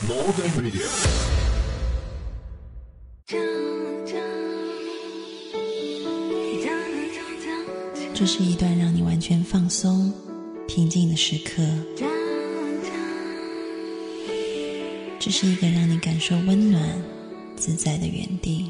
Modern Radio。 这是一段让你完全放松、平静的时刻。这是一个让你感受温暖、自在的园地。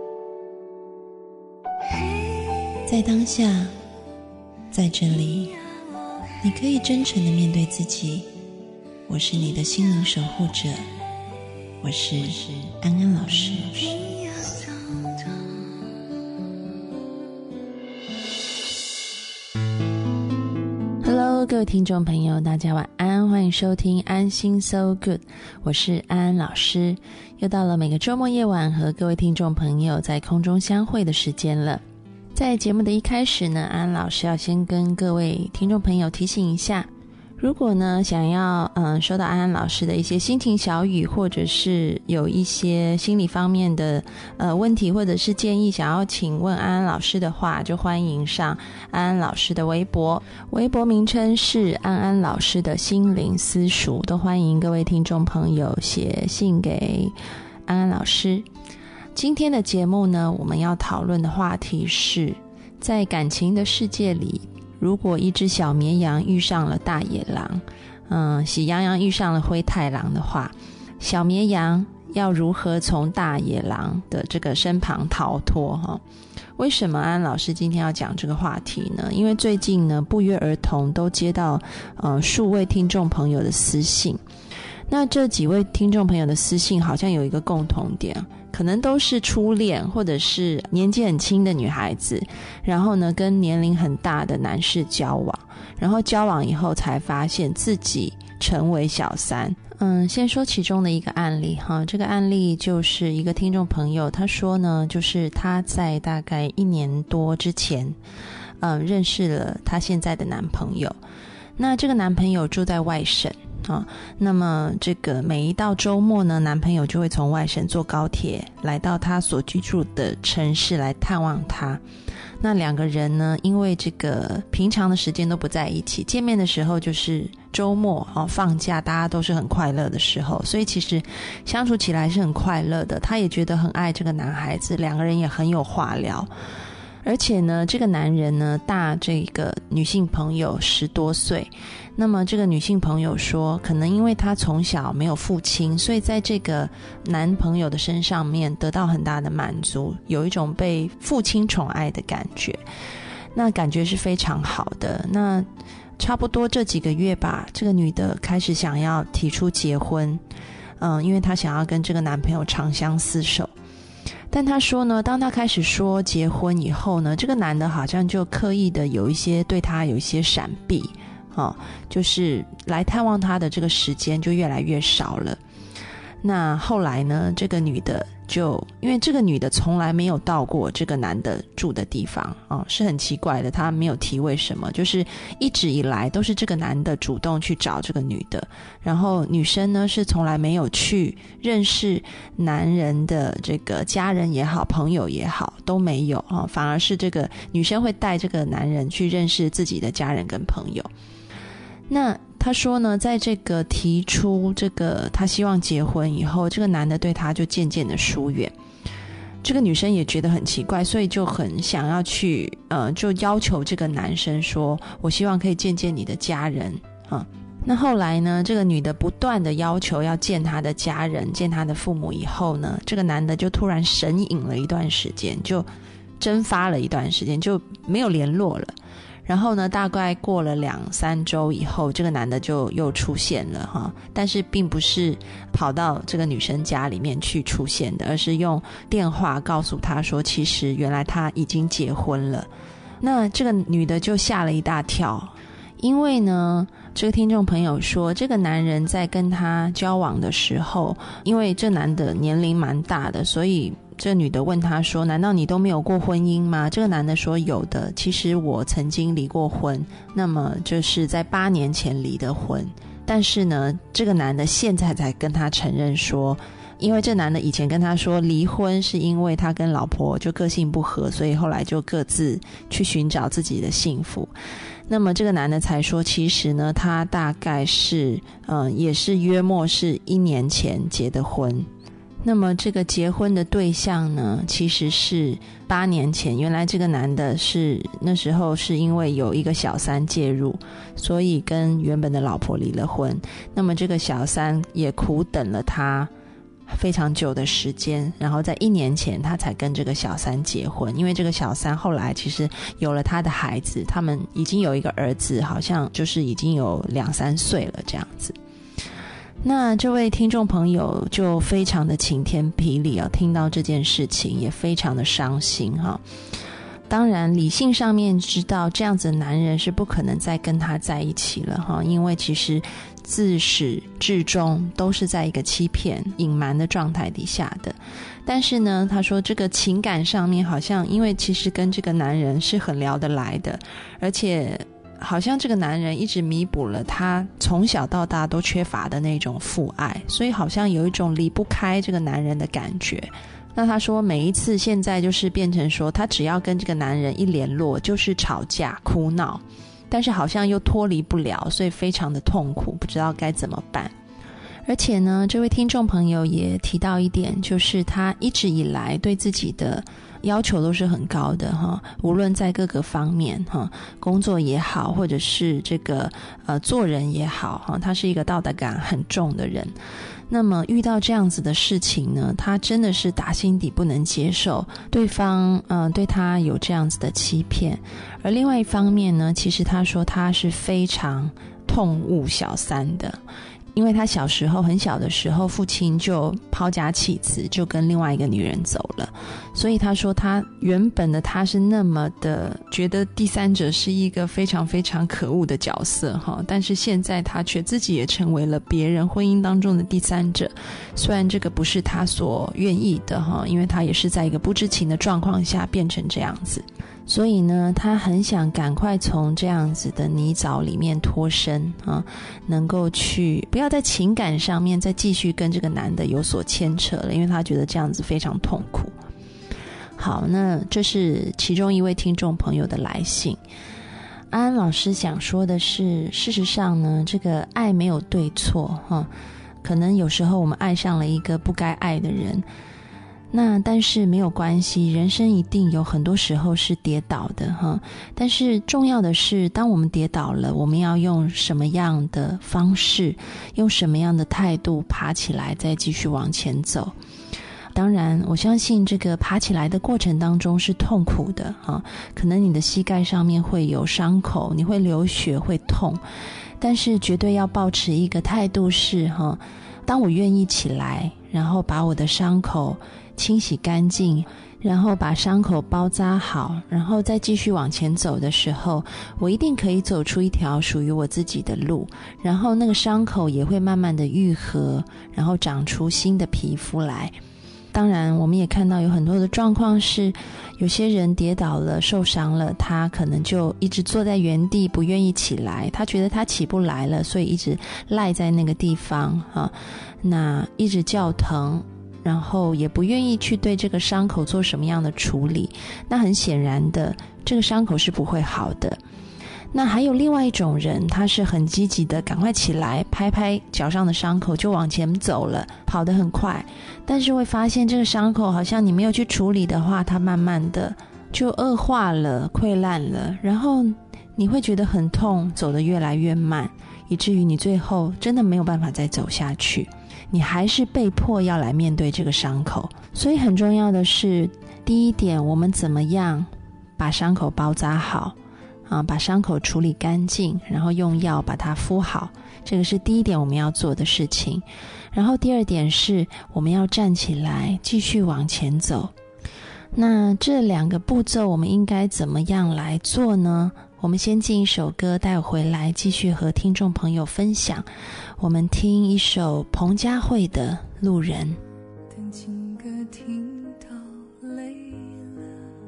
在当下，在这里，你可以真诚地面对自己。我是你的心灵守护者，我是安安老师。Hello， 各位听众朋友，大家晚安，欢迎收听安心 So Good， 我是安安老师。又到了每个周末夜晚和各位听众朋友在空中相会的时间了。在节目的一开始呢，安安老师要先跟各位听众朋友提醒一下，如果呢想要收到安安老师的一些心情小语，或者是有一些心理方面的问题或者是建议想要请问安安老师的话，就欢迎上安安老师的微博名称是安安老师的心灵私塾，都欢迎各位听众朋友写信给安安老师。今天的节目呢，我们要讨论的话题是，在感情的世界里，如果一只小绵羊遇上了大野狼，喜羊羊遇上了灰太狼的话，小绵羊要如何从大野狼的这个身旁逃脱？为什么安安老师今天要讲这个话题呢？因为最近呢，不约而同都接到数位听众朋友的私信。那这几位听众朋友的私信好像有一个共同点，可能都是初恋或者是年纪很轻的女孩子，然后呢跟年龄很大的男士交往，然后交往以后才发现自己成为小三。先说其中的一个案例哈，这个案例就是一个听众朋友，他说呢，就是他在大概1年多之前认识了他现在的男朋友。那这个男朋友住在外省那么这个每一到周末呢，男朋友就会从外省坐高铁来到他所居住的城市来探望他。那两个人呢，因为这个平常的时间都不在一起，见面的时候就是周末放假，大家都是很快乐的时候，所以其实相处起来是很快乐的。他也觉得很爱这个男孩子，两个人也很有话聊。而且呢，这个男人呢大这个女性朋友10多岁。那么这个女性朋友说，可能因为她从小没有父亲，所以在这个男朋友的身上面得到很大的满足，有一种被父亲宠爱的感觉，那感觉是非常好的。那差不多这几个月吧，这个女的开始想要提出结婚，因为她想要跟这个男朋友长相厮守。但她说呢，当她开始说结婚以后呢，这个男的好像就刻意的对她有一些闪避，就是来探望她的这个时间就越来越少了。那后来呢，这个女的因为这个女的从来没有到过这个男的住的地方是很奇怪的，她没有提为什么，就是一直以来都是这个男的主动去找这个女的，然后女生呢是从来没有去认识男人的这个家人也好，朋友也好都没有反而是这个女生会带这个男人去认识自己的家人跟朋友。那他说呢，在这个提出这个他希望结婚以后，这个男的对他就渐渐的疏远。这个女生也觉得很奇怪，所以就很想要去就要求这个男生说，我希望可以见见你的家人那后来呢，这个女的不断的要求要见他的家人，见他的父母以后呢，这个男的就突然神隐了一段时间，就蒸发了一段时间，就没有联络了。然后呢，大概过了2-3周以后，这个男的就又出现了但是并不是跑到这个女生家里面去出现的，而是用电话告诉她说，其实原来他已经结婚了。那这个女的就吓了一大跳，因为呢，这个听众朋友说，这个男人在跟他交往的时候，因为这男的年龄蛮大的，所以这女的问他说，难道你都没有过婚姻吗？这个男的说，有的，其实我曾经离过婚，那么就是在8年前离的婚。但是呢，这个男的现在才跟他承认说，因为这男的以前跟他说离婚是因为他跟老婆就个性不合，所以后来就各自去寻找自己的幸福。 那么这个男的才说，其实呢他大概是也是约莫是1年前结的婚。那么这个结婚的对象呢，其实是8年前，原来这个男的是那时候是因为有一个小三介入，所以跟原本的老婆离了婚。那么这个小三也苦等了他非常久的时间，然后在1年前他才跟这个小三结婚。因为这个小三后来其实有了他的孩子，他们已经有一个儿子，好像就是已经有2-3岁了这样子。那这位听众朋友就非常的晴天霹雳听到这件事情也非常的伤心当然理性上面知道这样子的男人是不可能再跟他在一起了因为其实自始至终都是在一个欺骗隐瞒的状态底下的。但是呢，他说这个情感上面好像因为其实跟这个男人是很聊得来的，而且好像这个男人一直弥补了他从小到大都缺乏的那种父爱，所以好像有一种离不开这个男人的感觉。那他说每一次现在就是变成说他只要跟这个男人一联络就是吵架哭闹，但是好像又脱离不了，所以非常的痛苦，不知道该怎么办。而且呢，这位听众朋友也提到一点，就是他一直以来对自己的要求都是很高的无论在各个方面工作也好，或者是这个做人也好他是一个道德感很重的人。那么遇到这样子的事情呢，他真的是打心底不能接受对方对他有这样子的欺骗。而另外一方面呢，其实他说他是非常痛恶小三的，因为他小时候很小的时候父亲就抛家弃子，就跟另外一个女人走了，所以他说他原本的他是那么的觉得第三者是一个非常非常可恶的角色但是现在他却自己也成为了别人婚姻当中的第三者。虽然这个不是他所愿意的因为他也是在一个不知情的状况下变成这样子，所以呢他很想赶快从这样子的泥沼里面脱身能够去不要在情感上面再继续跟这个男的有所牵扯了，因为他觉得这样子非常痛苦。好，那这是其中一位听众朋友的来信。安安老师想说的是，事实上呢，这个爱没有对错可能有时候我们爱上了一个不该爱的人，那但是没有关系，人生一定有很多时候是跌倒的但是重要的是当我们跌倒了，我们要用什么样的方式，用什么样的态度爬起来再继续往前走。当然我相信这个爬起来的过程当中是痛苦的可能你的膝盖上面会有伤口，你会流血会痛，但是绝对要保持一个态度是当我愿意起来，然后把我的伤口清洗干净，然后把伤口包扎好，然后再继续往前走的时候，我一定可以走出一条属于我自己的路，然后那个伤口也会慢慢的愈合，然后长出新的皮肤来。当然我们也看到有很多的状况是有些人跌倒了受伤了，他可能就一直坐在原地不愿意起来，他觉得他起不来了，所以一直赖在那个地方那一直叫疼，然后也不愿意去对这个伤口做什么样的处理，那很显然的这个伤口是不会好的。那还有另外一种人，他是很积极的赶快起来拍拍脚上的伤口就往前走了，跑得很快，但是会发现这个伤口好像你没有去处理的话，它慢慢的就恶化了溃烂了，然后你会觉得很痛，走得越来越慢，以至于你最后真的没有办法再走下去，你还是被迫要来面对这个伤口。所以很重要的是第一点，我们怎么样把伤口包扎好把伤口处理干净，然后用药把它敷好，这个是第一点我们要做的事情。然后第二点是我们要站起来继续往前走。那这2个步骤我们应该怎么样来做呢？我们先进一首歌，待会回来继续和听众朋友分享。我们听一首彭佳慧的《路人》。 等情歌听到累了，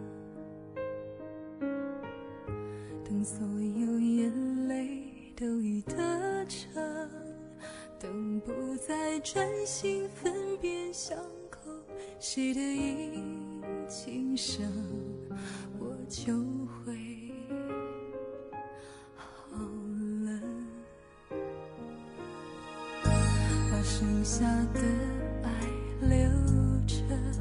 等所有眼泪都已得逞，等不再专心分辨伤口谁的已轻声，我就会下的爱留着，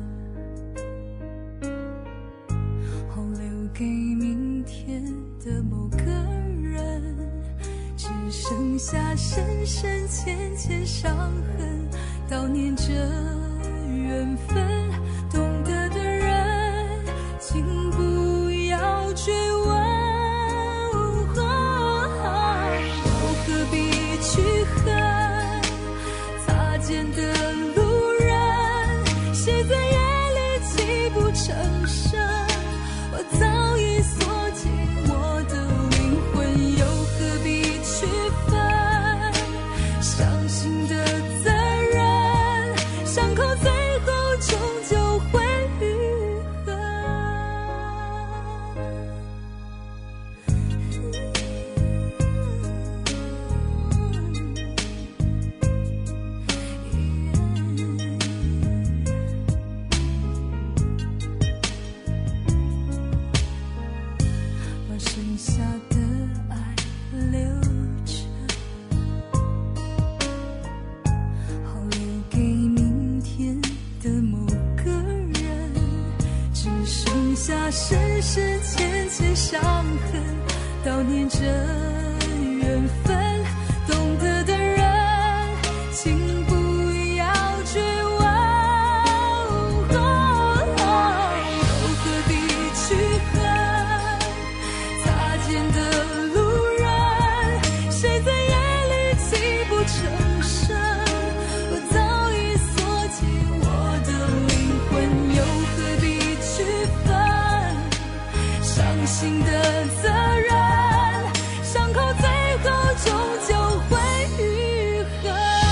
好留给明天的某个人，只剩下深深浅浅伤痕，悼念着缘分，懂得的人请不要追问，又何必去恨擦肩的路人，谁在夜里泣不成声，我早已锁进我的灵魂，又何必区分伤心的责任，伤口最后终究会愈合。把剩下的爱留着，好留给明天的某个人，只剩下深深浅浅伤痕，悼念着缘分，懂得的人请不要追问，又何必去恨擦肩的路人，谁在夜里泣不成声，我早已锁进我的灵魂，又何必区分伤心的责任，伤口最后终究会愈合。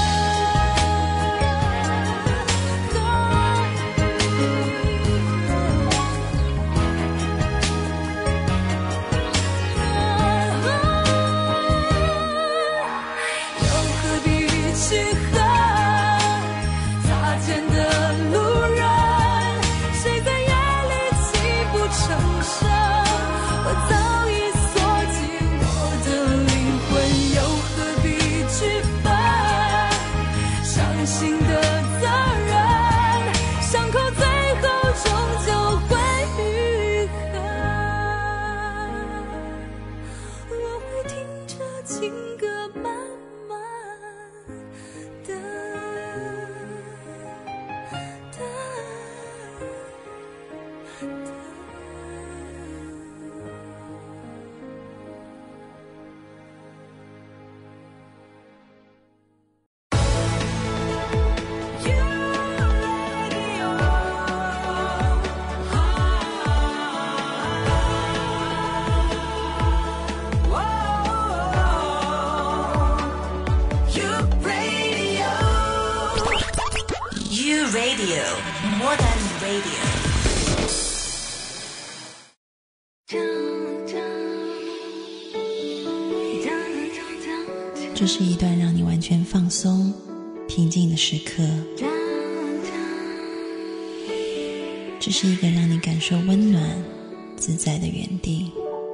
又何必去恨擦肩的路人，谁在夜里泣不成声，我早已锁进我的灵魂，又何必区分伤心的责任，伤口最后终究会愈合。我会听着情歌慢慢的 You Radio, more than radio. 这是一段让你完全放松、平静的时刻，这是一个让你感受温暖、自在的园地。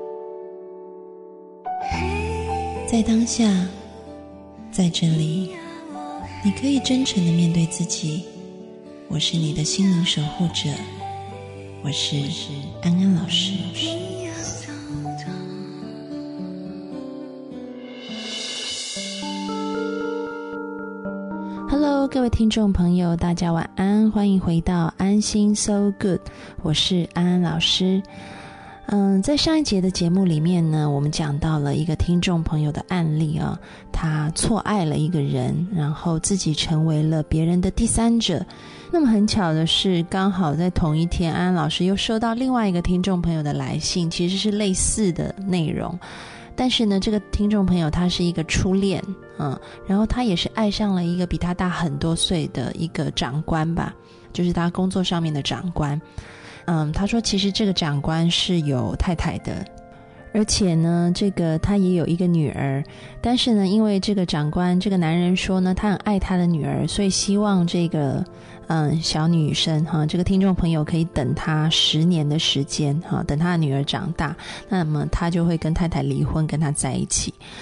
在当下，在这里，你可以真诚地面对自己。我是你的心灵守护者，我是安安老师。Hello， 各位听众朋友，大家晚安，欢迎回到安心 So Good， 我是安安老师。在上一节的节目里面呢，我们讲到了一个听众朋友的案例啊，他错爱了一个人，然后自己成为了别人的第三者。那么很巧的是，刚好在同一天，安安老师又收到另外一个听众朋友的来信，其实是类似的内容。但是呢，这个听众朋友他是一个初恋，然后他也是爱上了一个比他大很多岁的一个长官吧，就是他工作上面的长官。他说其实这个长官是有太太的，而且呢这个他也有一个女儿，但是呢因为这个长官这个男人说呢他很爱他的女儿，所以希望这个小女生这个听众朋友可以等他10年的时间等他的女儿长大，那么他就会跟太太离婚，跟他在一起。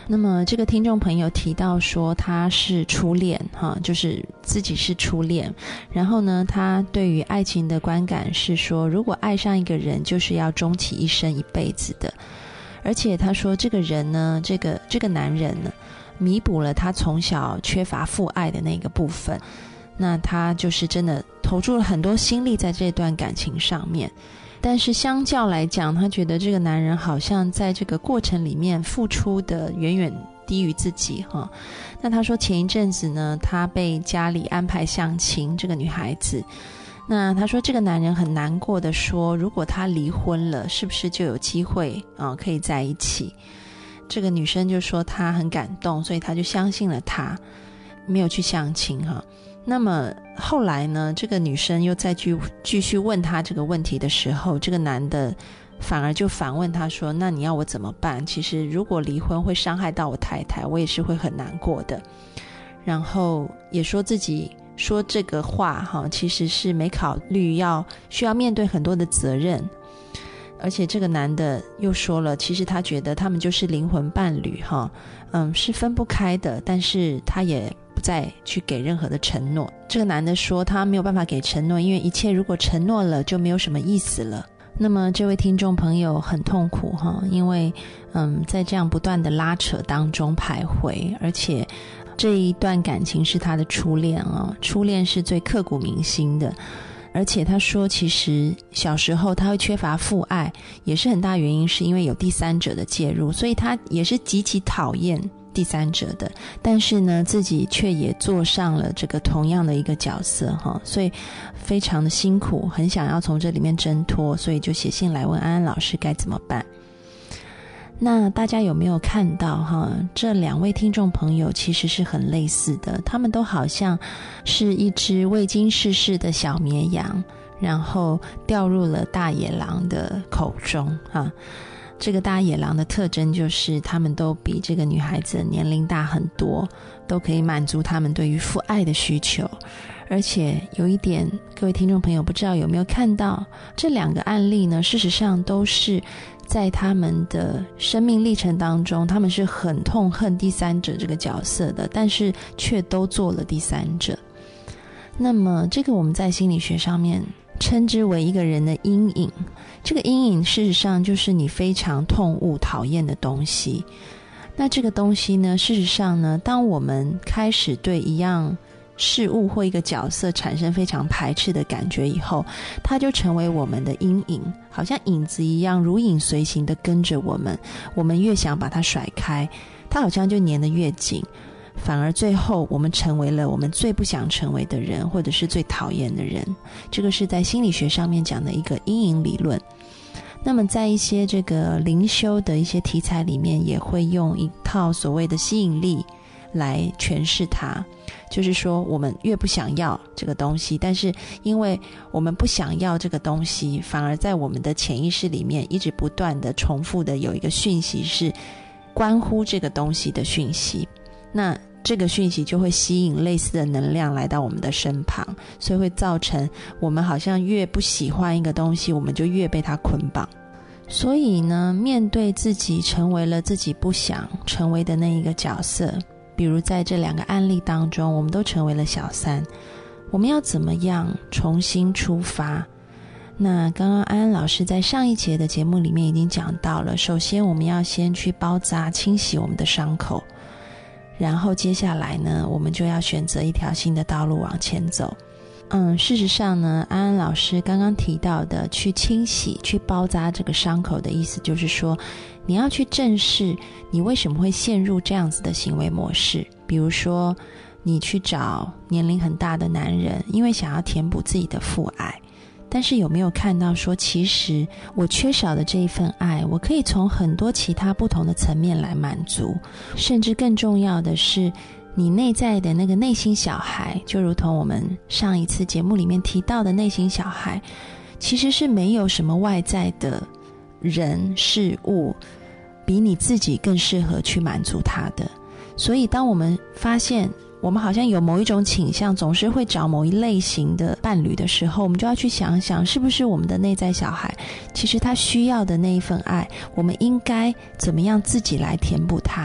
那么这个听众朋友提到说他是初恋就是自己是初恋，然后呢他对于爱情的观感是说，如果爱上一个人就是要终其一生一辈子的，而且他说这个人呢，这个男人呢弥补了他从小缺乏父爱的那个部分，那他就是真的投注了很多心力在这段感情上面，但是相较来讲，他觉得这个男人好像在这个过程里面付出的远远低于自己那他说前一阵子呢，他被家里安排相亲，这个女孩子，那他说这个男人很难过的说，如果他离婚了，是不是就有机会可以在一起？这个女生就说她很感动，所以她就相信了他，没有去相亲那么后来呢，这个女生又再继续问他这个问题的时候，这个男的反而就反问他说，那你要我怎么办？其实如果离婚会伤害到我太太，我也是会很难过的。然后也说自己说这个话其实是没考虑需要面对很多的责任，而且这个男的又说了，其实他觉得他们就是灵魂伴侣是分不开的，但是他也不再去给任何的承诺。这个男的说他没有办法给承诺，因为一切如果承诺了就没有什么意思了。那么这位听众朋友很痛苦因为在这样不断的拉扯当中徘徊，而且这一段感情是他的初恋初恋是最刻骨铭心的，而且他说其实小时候他会缺乏父爱，也是很大原因是因为有第三者的介入，所以他也是极其讨厌第三者的，但是呢自己却也做上了这个同样的一个角色所以非常的辛苦，很想要从这里面挣脱，所以就写信来问安安老师该怎么办。那大家有没有看到这两位听众朋友其实是很类似的，他们都好像是一只未经世事的小绵羊，然后掉入了大野狼的口中这个大野狼的特征就是他们都比这个女孩子的年龄大很多，都可以满足他们对于父爱的需求。而且有一点，各位听众朋友不知道有没有看到，这两个案例呢，事实上都是在他们的生命历程当中，他们是很痛恨第三者这个角色的，但是却都做了第三者。那么这个我们在心理学上面称之为一个人的阴影，这个阴影事实上就是你非常痛恶讨厌的东西。那这个东西呢，事实上呢，当我们开始对一样事物或一个角色产生非常排斥的感觉以后，它就成为我们的阴影，好像影子一样如影随形的跟着我们，我们越想把它甩开，它好像就粘得越紧，反而最后我们成为了我们最不想成为的人，或者是最讨厌的人。这个是在心理学上面讲的一个阴影理论。那么在一些这个灵修的一些题材里面，也会用一套所谓的吸引力来诠释它，就是说我们越不想要这个东西，但是因为我们不想要这个东西，反而在我们的潜意识里面一直不断的重复的有一个讯息是关乎这个东西的讯息，那这个讯息就会吸引类似的能量来到我们的身旁，所以会造成我们好像越不喜欢一个东西，我们就越被它捆绑。所以呢，面对自己成为了自己不想成为的那一个角色，比如在这两个案例当中，我们都成为了小三，我们要怎么样重新出发？那刚刚安安老师在上一节的节目里面已经讲到了，首先我们要先去包扎清洗我们的伤口，然后接下来呢，我们就要选择一条新的道路往前走。事实上呢，安安老师刚刚提到的去清洗去包扎这个伤口的意思，就是说你要去正视你为什么会陷入这样子的行为模式。比如说你去找年龄很大的男人，因为想要填补自己的父爱，但是有没有看到说，其实我缺少的这一份爱，我可以从很多其他不同的层面来满足，甚至更重要的是你内在的那个内心小孩，就如同我们上一次节目里面提到的内心小孩，其实是没有什么外在的人事物比你自己更适合去满足他的。所以当我们发现我们好像有某一种倾向，总是会找某一类型的伴侣的时候，我们就要去想想，是不是我们的内在小孩其实他需要的那一份爱，我们应该怎么样自己来填补它。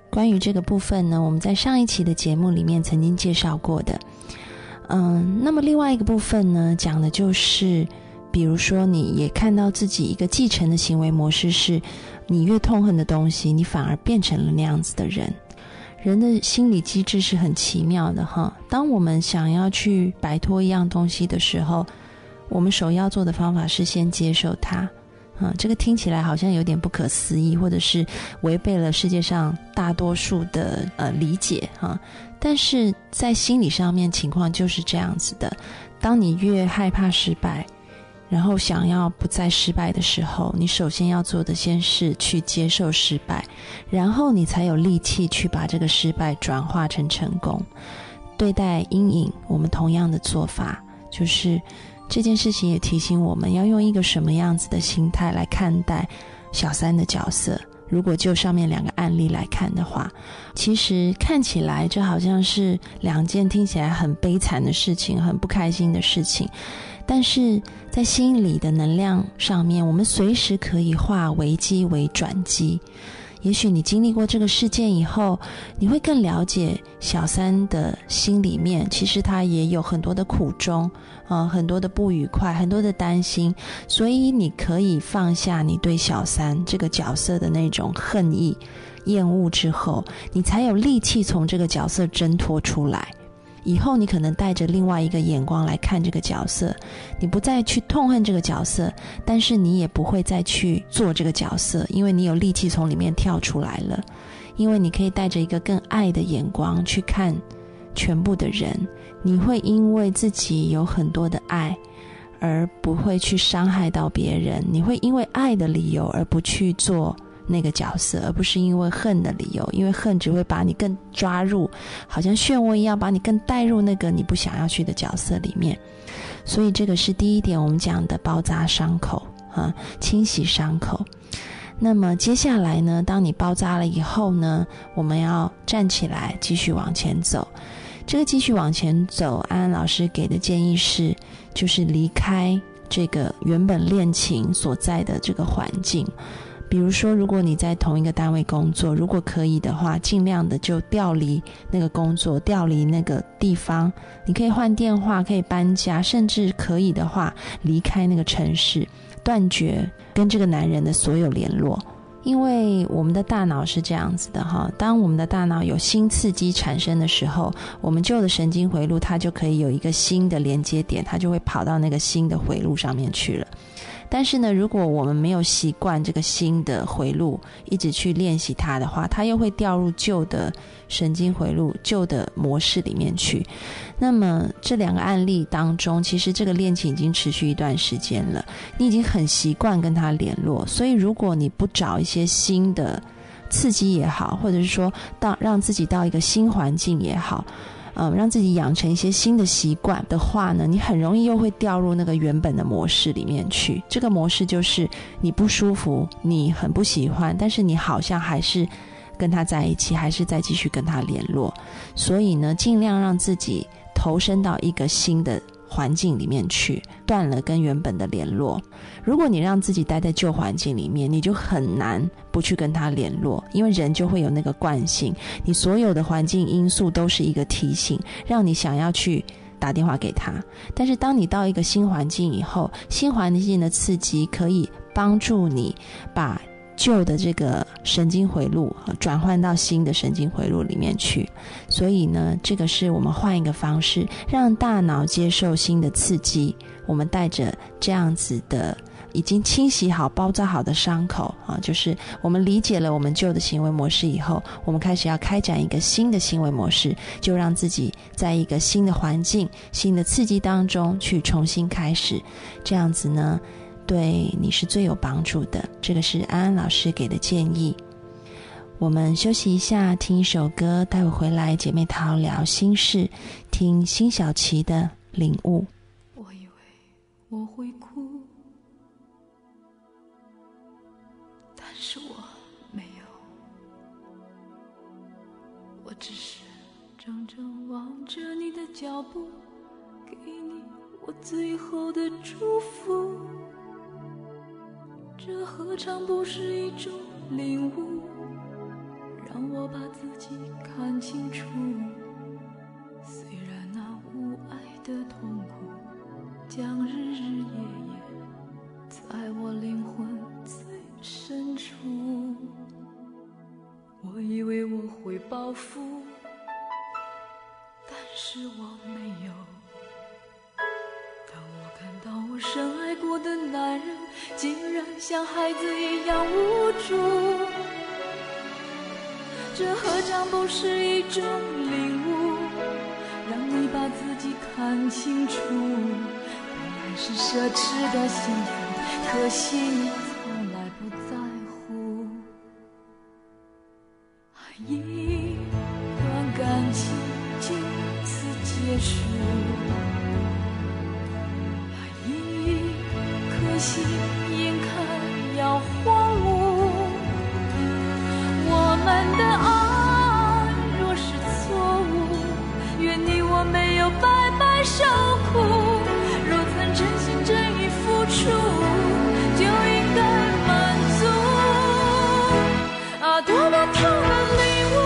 关于这个部分呢，我们在上一期的节目里面曾经介绍过的。那么另外一个部分呢，讲的就是比如说你也看到自己一个继承的行为模式，是你越痛恨的东西，你反而变成了那样子的人。人的心理机制是很奇妙的哈。当我们想要去摆脱一样东西的时候，我们首要做的方法是先接受它。这个听起来好像有点不可思议，或者是违背了世界上大多数的理解哈。但是在心理上面情况就是这样子的，当你越害怕失败，然后想要不再失败的时候，你首先要做的先是去接受失败，然后你才有力气去把这个失败转化成成功。对待阴影，我们同样的做法，就是这件事情也提醒我们要用一个什么样子的心态来看待小三的角色。如果就上面2个案例来看的话，其实看起来这好像是2件听起来很悲惨的事情，很不开心的事情，但是在心理的能量上面，我们随时可以化危机为转机。也许你经历过这个事件以后，你会更了解小三的心里面，其实他也有很多的苦衷，很多的不愉快，很多的担心，所以你可以放下你对小三这个角色的那种恨意、厌恶之后，你才有力气从这个角色挣脱出来。以后你可能带着另外一个眼光来看这个角色，你不再去痛恨这个角色，但是你也不会再去做这个角色，因为你有力气从里面跳出来了。因为你可以带着一个更爱的眼光去看全部的人，你会因为自己有很多的爱而不会去伤害到别人，你会因为爱的理由而不去做那个角色，而不是因为恨的理由，因为恨只会把你更抓入，好像漩涡一样把你更带入那个你不想要去的角色里面。所以这个是第一点，我们讲的包扎伤口，清洗伤口。那么接下来呢，当你包扎了以后呢，我们要站起来继续往前走。这个继续往前走，安安老师给的建议是，就是离开这个原本恋情所在的这个环境。比如说，如果你在同一个单位工作，如果可以的话，尽量的就调离那个工作，调离那个地方。你可以换电话，可以搬家，甚至可以的话离开那个城市，断绝跟这个男人的所有联络。因为我们的大脑是这样子的哈，当我们的大脑有新刺激产生的时候，我们旧的神经回路它就可以有一个新的连接点，它就会跑到那个新的回路上面去了。但是呢，如果我们没有习惯这个新的回路，一直去练习它的话，它又会掉入旧的神经回路、旧的模式里面去。那么这2个案例当中，其实这个恋情已经持续一段时间了，你已经很习惯跟他联络，所以如果你不找一些新的刺激也好，或者是说让自己到一个新环境也好，让自己养成一些新的习惯的话呢，你很容易又会掉入那个原本的模式里面去。这个模式就是你不舒服，你很不喜欢，但是你好像还是跟他在一起，还是再继续跟他联络。所以呢，尽量让自己投身到一个新的环境里面去，断了跟原本的联络。如果你让自己待在旧环境里面，你就很难不去跟他联络，因为人就会有那个惯性，你所有的环境因素都是一个提醒，让你想要去打电话给他。但是当你到一个新环境以后，新环境的刺激可以帮助你把旧的这个神经回路转换到新的神经回路里面去。所以呢，这个是我们换一个方式，让大脑接受新的刺激。我们带着这样子的已经清洗好、包扎好的伤口就是我们理解了我们旧的行为模式以后，我们开始要开展一个新的行为模式，就让自己在一个新的环境、新的刺激当中去重新开始。这样子呢，对你是最有帮助的。这个是安安老师给的建议。我们休息一下，听一首歌，待会回来姐妹淘聊心事，听辛晓琪的领悟。 我以为我会哭，但是我没有，我只是怔怔望着你的脚步，给你我最后的祝福。这何尝不是一种领悟，让让我把自己看清楚。虽然那无爱的痛苦将日日夜夜在我灵魂最深处，我以为我会报复，但是我没有。当我看到我深爱过的男人竟然像孩子一样无助，这何尝不是一种领悟，让你把自己看清楚。本来是奢侈的幸福，可惜你从来不在乎。一段感情就此结束，一颗心眼看要荒芜。我们的爱若是错误，愿你我没有白白受苦。若曾真心真意付出，就应该满足。啊，多么痛的领悟，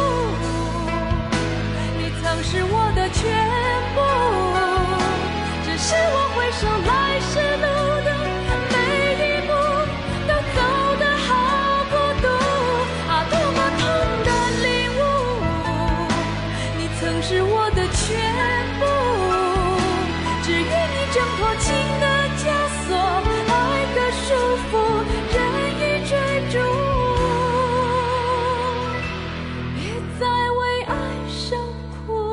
你曾是我的全部，只是我回首来时路的每一步都走得好孤独。啊，多么痛的领悟，你曾是我的全部，只愿你挣脱情的枷锁，爱的束缚，任意追逐，别再为爱受苦。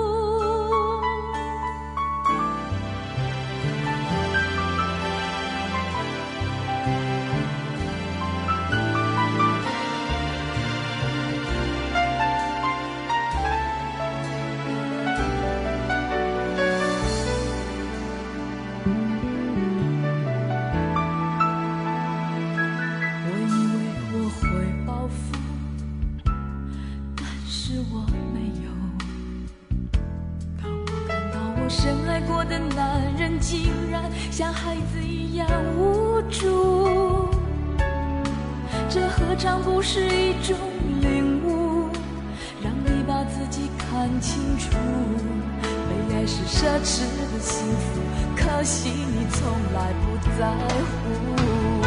我以为我会报复，但是我没有。当我看到我深爱过的男人竟然像孩子一样无助，这何尝不是一种领悟，让你把自己看清楚。被爱是奢侈的幸福，可惜你从来不在乎。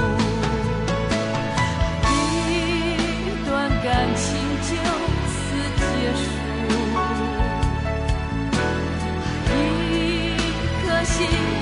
一段感情就此结束，一颗心